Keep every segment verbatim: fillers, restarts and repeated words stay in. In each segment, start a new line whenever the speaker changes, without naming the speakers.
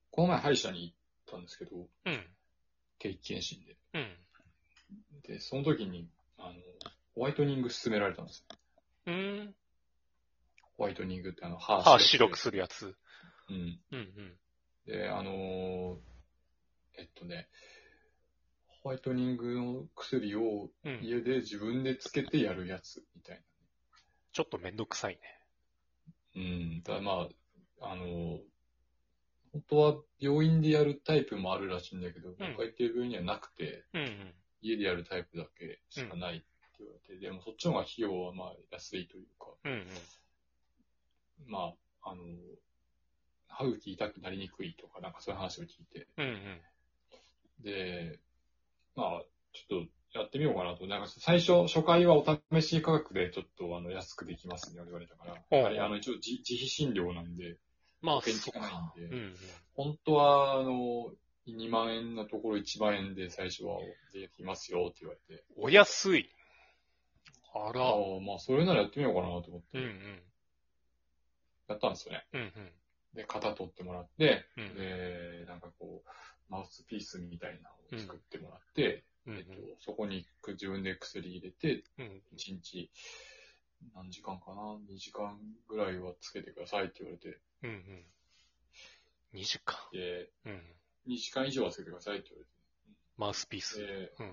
この前歯医者に行ったんですけど、
うん。
定期検診で。
うん。
で、その時に、あの、ホワイトニング勧められたんですよ。
うーん。
ホワイトニングってあの、歯
歯白く
白くするやつ。
するやつ。
うん。
うんうん。
で、あのーえっとね、ホワイトニングの薬を
うん。
家で自分でつけてやるやつみたい
ちょっとめんどくさいね。
な。うん。ただまあ、あのー本当は病院でやるタイプもあるらしいんだけど、
うん
僕が行ってる病院にはなくて、
うんうん。
家でやるタイプだけしかないって言われて、でもそっちの方が費用はまあ安いというか、
うんうん。
まあ、あのー歯茎痛くなりにくいとか、なんかそういう話を聞いて、
うんうん。
で、まあ、ちょっとやってみようかなと。なんか最初、初回はお試し価格でちょっとあの安くできますね、言われたから。
うんうん
あれ、あの一応自自費診療なんで、
まあ、
保険効かないん
そうか。
で、
うんうん。
本当はあの、にまん円のところいちまん円で最初はできますよって言われて、
お安い。あら。
ああ、まあそれならやってみようかなと思っ
うんう
て、
ん。
やったんですよね。
うんうん。
で、型取ってもらって、
うん
で、なんかこう、マウスピースみたいなのを作ってもらって、
うんうん。
えっと、そこに自分で薬入れて、
うん
いちにち何時間かな ?に 時間ぐらいはつけてくださいって言われて、
うんうん。にじかん。
で、
うん。
にじかん以上はつけてくださいって言わ
マウスピース。
れて、で、
うん。
うん、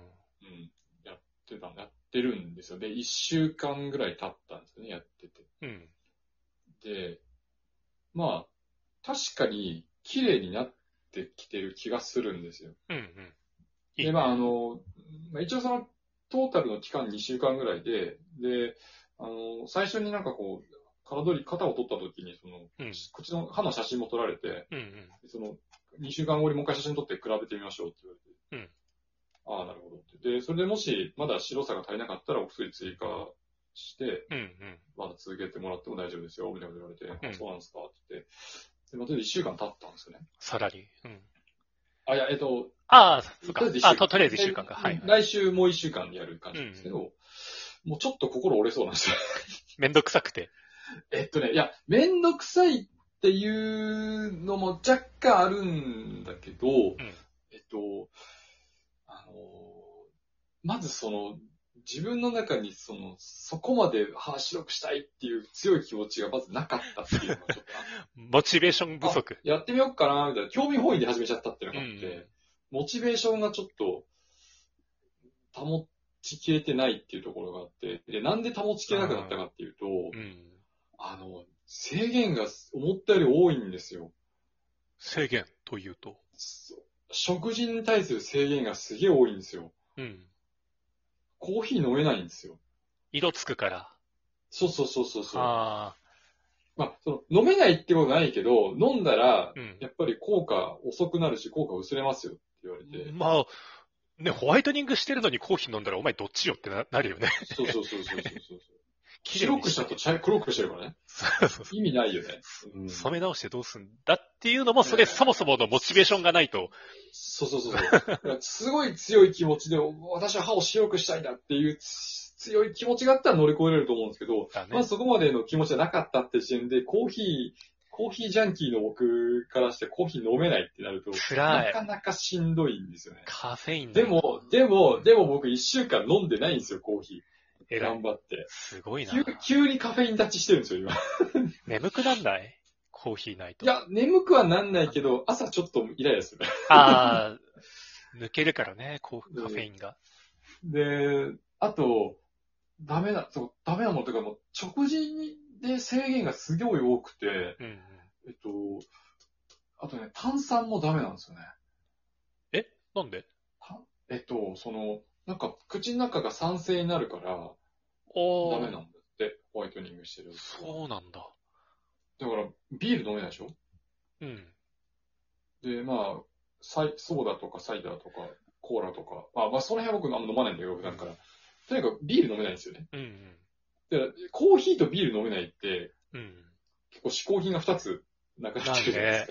やってた、やってるんですよ。で、いっしゅうかんぐらい経ったんですよね、やってて。
うん。
で、まあ、確かに綺麗になってきてる気がするんですよ。
うんうん。いい
で、
ね。
まあ、あの、まあ、一応その、トータルの期間にしゅうかんぐらいで、で、あの、最初になんかこう、型取り、型を取った時に、その、
うん。
口の歯の写真も撮られて、
うんうん。
その、にしゅうかん後にもう一回写真撮って比べてみましょうって言われて、
うん。
ああ、なるほどって。で、それでもし、まだ白さが足りなかったらお薬追加して、
うんうん。
まだ続けてもらっても大丈夫ですよ、みたいなこと言われて、
うん
あ、そうなんですかって言って、で、またいっしゅうかん経ったんですよね。
さらに。うん。
あ、いや、えっと、
ああ、そ
と
うか。あ、
りあえず一週間。
と、とりあえず一週間か。はい。
来週もう一週間やる感じなんですけど、
うん
もうちょっと心折れそうなんですよ。
めんどくさくて。
えっとね、いや、めんどくさいっていうのも若干あるんだけど、
うん。
えっと、あの、まずその、自分の中にその、そこまで歯白くしたいっていう強い気持ちがまずなかったっていうのがちょっとあって、
モチベーション不足。
やってみようかな、みたいな、興味本位で始めちゃったっていうの
う
があって、
ん。
モチベーションがちょっと保ちきれてないっていうところがあって、で、なんで保ちきれなくなったかっていうと、
うん。
あの、制限が思ったより多いんですよ。
制限というと。
食事に対する制限がすげえ多いんですよ。
うん。
コーヒー飲めないんですよ。
色つくから。
そうそうそうそうそう。
ああ。
まあ、その、飲めないってことないけど、飲んだら
う、ん。
やっぱり効果遅くなるし、効果薄れますよって言われて。
まあ、ね、ホワイトニングしてるのにコーヒー飲んだらお前どっちよってななるよね。
そうそうそうそうそうそう。
綺麗に
白くしたと茶黒くしてるからね。
そうそうそ
意味ないよね。
う。
うん
染め直してどうすんだっていうのも、それそもそものモチベーションがないと。
そうそうそうそう。すごい強い気持ちで、私は歯を白くしたいんだっていうつ強い気持ちがあったら乗り越えれると思うんですけど、
だね
まあそこまでの気持ちじゃなかったって時点で、コーヒー、コーヒージャンキーの僕からしてコーヒー飲めないってなると、
辛い
なかなかしんどいんですよね。
カフェインだ
でも、でも、でも僕一週間飲んでないんですよ、コーヒー。
偉い
頑張って。
すごいな
急。急にカフェイン立ちしてるんですよ、今。
眠くなんないコーヒーないと。
いや、眠くはなんないけど、朝ちょっとイライラする。
ああ、抜けるからね、コーカフェインが。
で、あと、ダメな、そう、ダメなものというかもう、食事で制限がすごい多くて、
うんうん。
えっと、あとね、炭酸もダメなんですよね。
えなんで
たえっと、その、なんか、口の中が酸性になるから、
おー。
ダメなんだって、ホワイトニングしてる。
そうなんだ。
だから、ビール飲めないでしょ
うん。
で、まあ、サイ、ソーダとかサイダーとか、コーラとか、あ、まあ、その辺は僕あんま飲まないんだけど、普段から。とにかくビール飲めないんですよね。
うん
で、コーヒーとビール飲めないって、
うん。うん。
結構嗜好品が二つなくな
なん
ってるじゃないです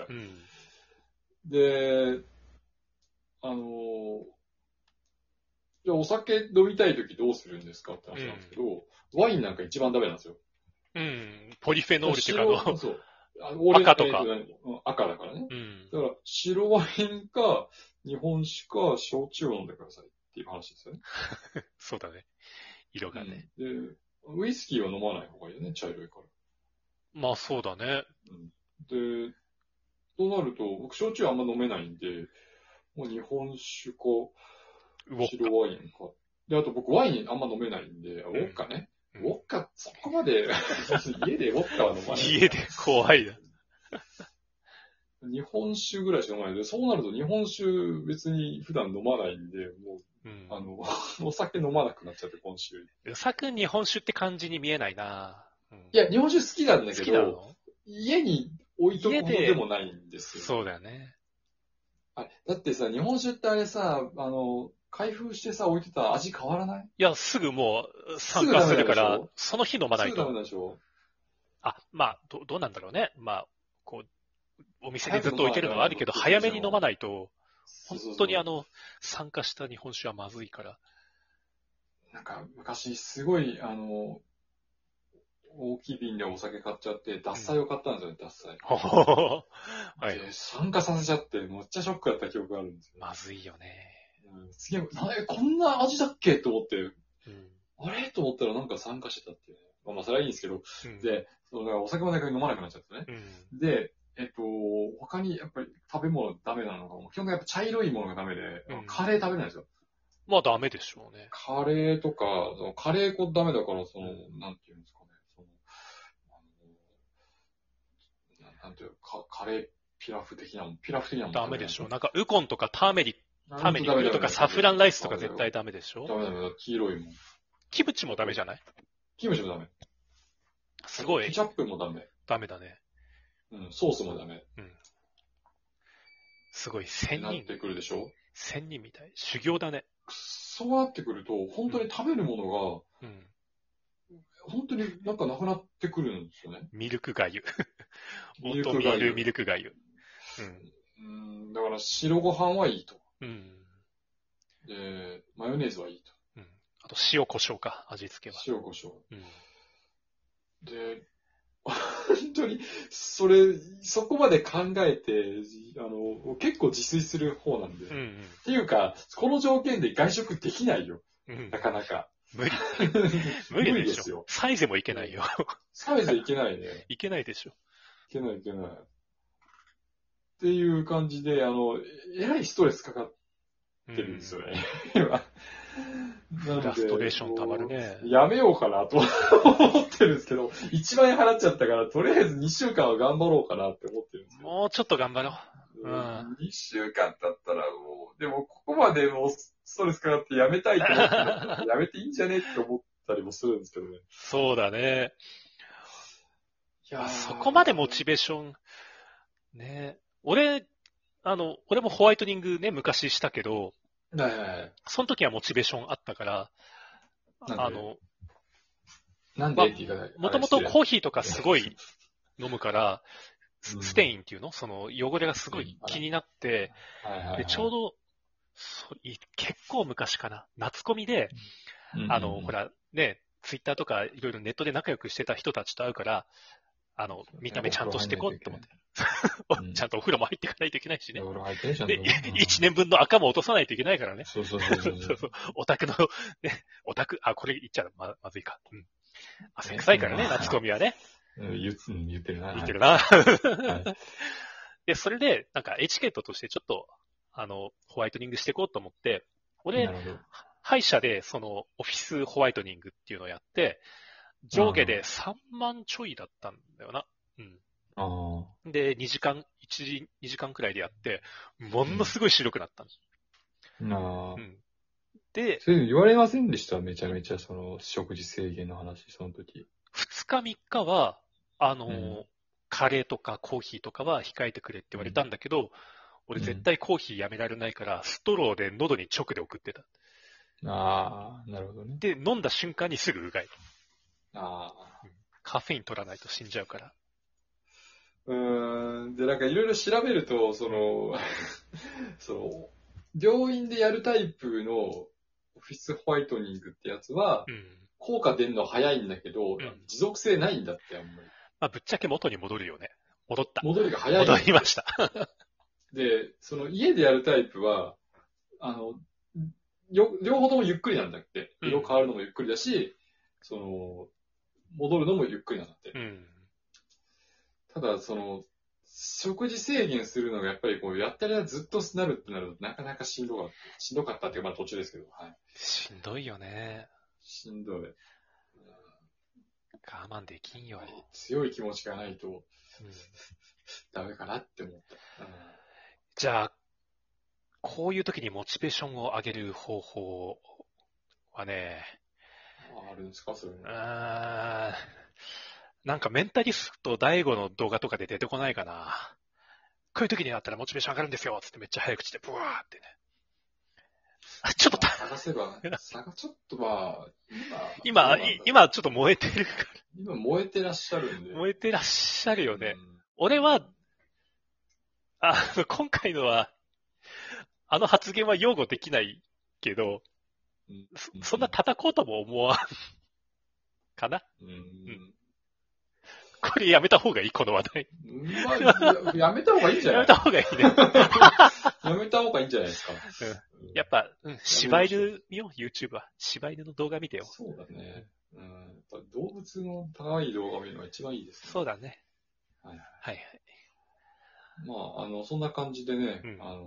で
か。
うん。
で、あのー、じゃあお酒飲みたいときどうするんですかって話なんですけど、ワインなんか一番ダメなんですよ。
うん。ポリフェノールっていうかあの、
白そう。あの俺
赤とか
えーと何うん赤だからね。
うん。
だから、白ワインか、日本酒か、焼酎を飲んでくださいっていう話ですよね。
そうだね。色がね。
うん、で、ウイスキーは飲まない方がいいよね、茶色いから。
まあそうだね。
うん、で、となると、僕、焼酎あんま飲めないんで、もう日本酒か、白ワインか。で、あと僕、ワインあんま飲めないんで、ウォッカね。
うん、
ウォッカ、そこまで、家でウォッカは飲まない。
家で怖いな。
日本酒ぐらいしか飲まないで、そうなると日本酒別に普段飲まないんで、もう、うん、あの、お酒飲まなくなっちゃって、今週。
さくん日本酒って感じに見えないな、
うん、いや、日本酒好きなんだけど、
好きなの？
家に置いとくほどでもないんですよ。
そうだよね。
あれ、だってさ、日本酒ってあれさ、あの、開封してさ、置いてたら味変わらない？
いや、すぐもう酸化するから、その日飲まないと。
すぐダメでしょ？
あ、まあ、ど、どうなんだろうね。まあ、こう、お店にずっと置いてるのはあるけど、早めに飲まないと、本当にあの、酸化した日本酒はまずいから。
なんか、昔、すごい、あの、大きい瓶でお酒買っちゃって、獺祭を買ったんですよね、獺祭。はい。で、酸化させちゃって、めっちゃショックだった記憶があるんですよ。
まずいよね。
うん、すげえ、こんな味だっけと思って、うん、あれと思ったらなんか酸化してたっていうね。まあ、まあ、それはいいんですけど、うん、で、そのお酒も飲まなくなっちゃってね。うん、で、えっと、他にやっぱり食べ物ダメなのが、基本的にやっぱ茶色いものがダメで、うん、カレー食べないんですよ。
まあダメでしょうね。
カレーとか、そのカレー粉ダメだから、その、なんていうんですかね、その、あのなんていうか、カレーピラフ的なもん、ピラフ的なもん。
ダメでしょう。なんかウコンとかターメリック、ターメリックとかサフランライスとか絶対ダメでしょ。
ダメダメだ、黄色いもん。
キムチもダメじゃない？
キムチもダメ。
すごい。
ケチャップもダメ。
ダメだね。
うん、ソースもダメ。
うん。すごい、千人。
なってくるでしょ？
千人みたい。修行だね。
そうなってくると、本当に食べるものが、うん、本当になんかなくなってくるんですよね。
ミルクがゆ。ミルクがゆ。ミルクがゆ。
うん。うん、だから白ご飯はいいと。うん。で、マヨネーズはいいと。
うん。あと塩胡椒か、味付けは。
塩胡椒。うん。で、本当に、それ、そこまで考えて、あの、結構自炊する方なんで。うんうん、っていうか、この条件で外食できないよ。うん、なかなか。
無理。無理ですよ。サイズもいけないよ。
サイズいけないね。
いけないでしょ。
いけないいけない。っていう感じで、あの、えらいストレスかかってるんですよね。うん、今。
フラストレーションたまるね。
やめようかなと思ってるんですけど、いちまん円払っちゃったから、とりあえずにしゅうかんは頑張ろうかなって思ってるんですよ。
もうちょっと頑張ろう。
うん、にしゅうかん経ったらもう、でもここまでもうストレスかかってやめたいと思ってやめていいんじゃねって思ったりもするんですけどね。
そうだね。いや、そこまでモチベーション、ね。俺、あの、俺もホワイトニングね、昔したけど、
はいはいはい。
その時はモチベーションあったから、あの、
なんでって言い方、
もともとコーヒーとかすごい飲むから、ステインっていうのその汚れがすごい気になって、で、ちょうど、結構昔かな、夏コミで、あの、ほら、ね、ツイッターとかいろいろネットで仲良くしてた人たちと会うから、あの、見た目ちゃんとしてこうって思って。ちゃんとお風呂も入っていかないといけないしね。で、一年分の赤も落とさないといけないからね。
そうそうそうそう。
そうそうオタクの、ね、オタク、あ、これ言っちゃま、まずいか。うん。汗臭いからね、夏コミはね。
うん、言言ってるな。
言ってるな。はい、で、それで、なんかエチケットとしてちょっと、あの、ホワイトニングしていこうと思って、俺、歯医者でそのオフィスホワイトニングっていうのをやって、上下でさんまんちょいだったんだよな。うん。
あ
で、にじかん、いちじ、にじかんくらいでやって、ものすごい白くなったんです。
うん、ああ。うん。
で、
そういうの言われませんでしためちゃめちゃその食事制限の話、その時。
ふつかみっかは、あの、うん、カレーとかコーヒーとかは控えてくれって言われたんだけど、うん、俺絶対コーヒーやめられないから、ストローで喉に直で送ってた。
ああ、なるほどね。
で、飲んだ瞬間にすぐうがい。
ああ、
うん。カフェイン取らないと死んじゃうから。
うーん。で、なんかいろいろ調べると、その、その、病院でやるタイプのオフィスホワイトニングってやつは、うん、効果出るの早いんだけど、うん、持続性ないんだって、あんまり。
まあ、ぶっちゃけ元に戻るよね。戻った。
戻りが早い。
戻りました。
その家でやるタイプは、あの、よ両方ともゆっくりなんだって。色変わるのもゆっくりだし、その、戻るのもゆっくりなんだって。
うん、
ただ、その、食事制限するのがやっぱりこう、やったらずっとなるってなると、なかなかしんどかった。しんどかったっていうか、まあ途中ですけど、はい。
しんどいよね。
しんどい。
我慢できんよ。
強い気持ちがないと、
うん、
ダメかなって思った。うん、
じゃあ、こういう時にモチベーションを上げる方法はね、
あるんですかそれも。
あなんかメンタリスト大悟の動画とかで出てこないかな。こういう時になったらモチベーション上がるんですよつってめっちゃ早口でブワーってね。ちょっと
探せば、探、ちょっとまあ、
今、今、今ちょっと燃えてるから。
今燃えてらっしゃるんで。
燃えてらっしゃるよね。うん、俺は、あの、今回のは、あの発言は擁護できないけど、うん、そ, そんな叩こうとも思わん。かな、うんうん、これやめた方がいいこの話題。
まあ、やめた方がいいんじゃない
やめた方がいいね。
やめた方がいいんじゃないですか。
うん、やっぱ、うん、柴犬見よ、YouTube は。柴犬の動画見てよ。
そうだね。うん、やっぱ動物の可愛い動画を見るのが一番いいですね。
そうだね。
はいはい。
はいはい。
まあ、あの、そんな感じでね、
うん、
あの、うん、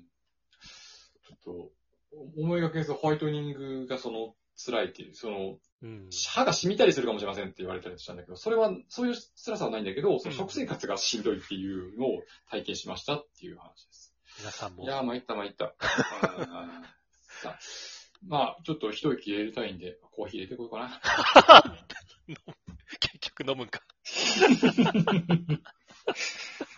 ちょっと、思いがけずホワイトニングがその、辛いっていう、その、うん、歯が染みたりするかもしれませんって言われたりしたんだけど、それは、そういう辛さはないんだけど、その食生活がしんどいっていうのを体験しましたっていう話です。
皆さんも。
いやー、参った参った。さあ、まあ、ちょっと一息入れたいんで、コーヒー入れてこようかな。
結局飲むんか。